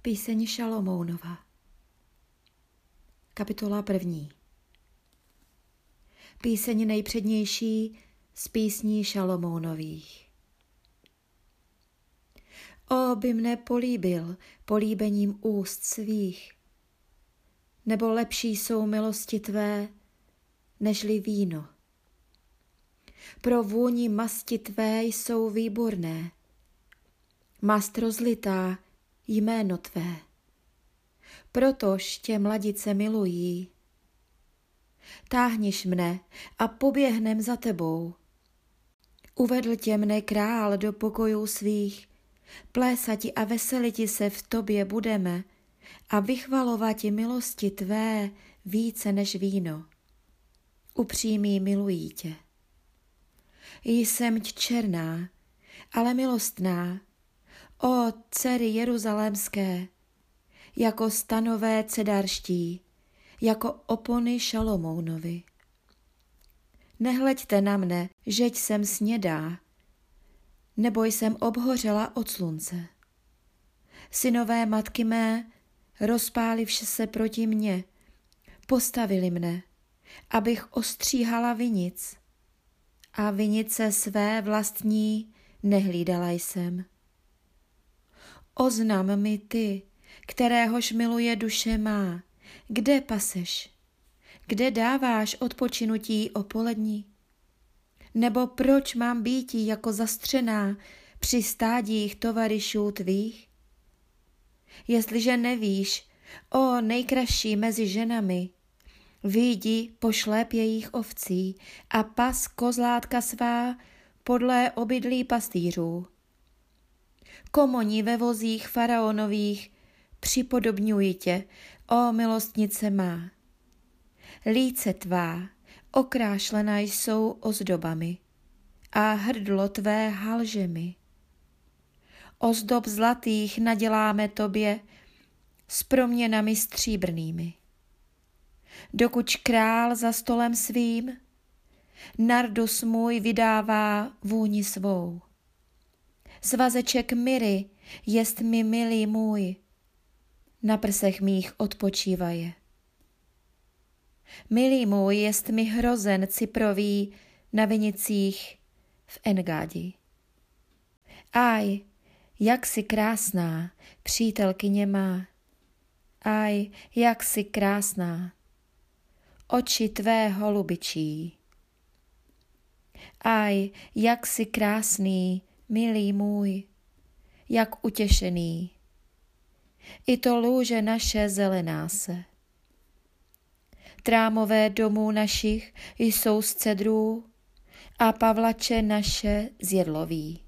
Píseň Šalomounova. Kapitola 1. Píseň nejpřednější z písní Šalomounových. O, by mne políbil políbením úst svých, nebo lepší jsou milosti tvé, nežli víno. Pro vůni masti tvé jsou výborné, mast rozlitá jméno tvé. Protož tě mladice milují. Táhniš mne a poběhnem za tebou. Uvedl tě mne král do pokojů svých, plésati a veseliti se v tobě budeme a vychvalovati milosti tvé více než víno. Upřímí milují tě. Jsem černá, ale milostná, o dcery jeruzalémské, jako stanové cedarští, jako opony Šalomounovi. Nehleďte na mne, žeť jsem snědá, nebo jsem obhořela od slunce. Synové matky mé, rozpálivši se proti mně, postavili mne, abych ostříhala vinic, a vinice své vlastní nehlídala jsem. Oznam mi ty, kteréhož miluje duše má, kde paseš, kde dáváš odpočinutí o polední? Nebo proč mám býti jako zastřená při stádích tovaryšů tvých? Jestliže nevíš, o nejkražší mezi ženami, vyjdi pošlép jejich ovcí a pas kozlátka svá podle obydlí pastýřů. Komoni ve vozích faraonových připodobňuji tě, o milostnice má. Líce tvá okrášlená jsou ozdobami a hrdlo tvé halžemi. Ozdob zlatých naděláme tobě s proměnami stříbrnými. Dokud král za stolem svým nardus můj vydává vůni svou. Svazeček miry jest mi milý můj, na prsech mých odpočívaje. Milý můj jest mi hrozen ciprový na vinicích v Engádi. Aj, jak jsi krásná, přítelkyně má. Aj, jak jsi krásná, oči tvé holubičí. Aj, jak jsi krásný, milý můj, jak utěšený. I to lůže naše zelená se. Trámové domů našich jsou z cedrů a pavlače naše z jedloví.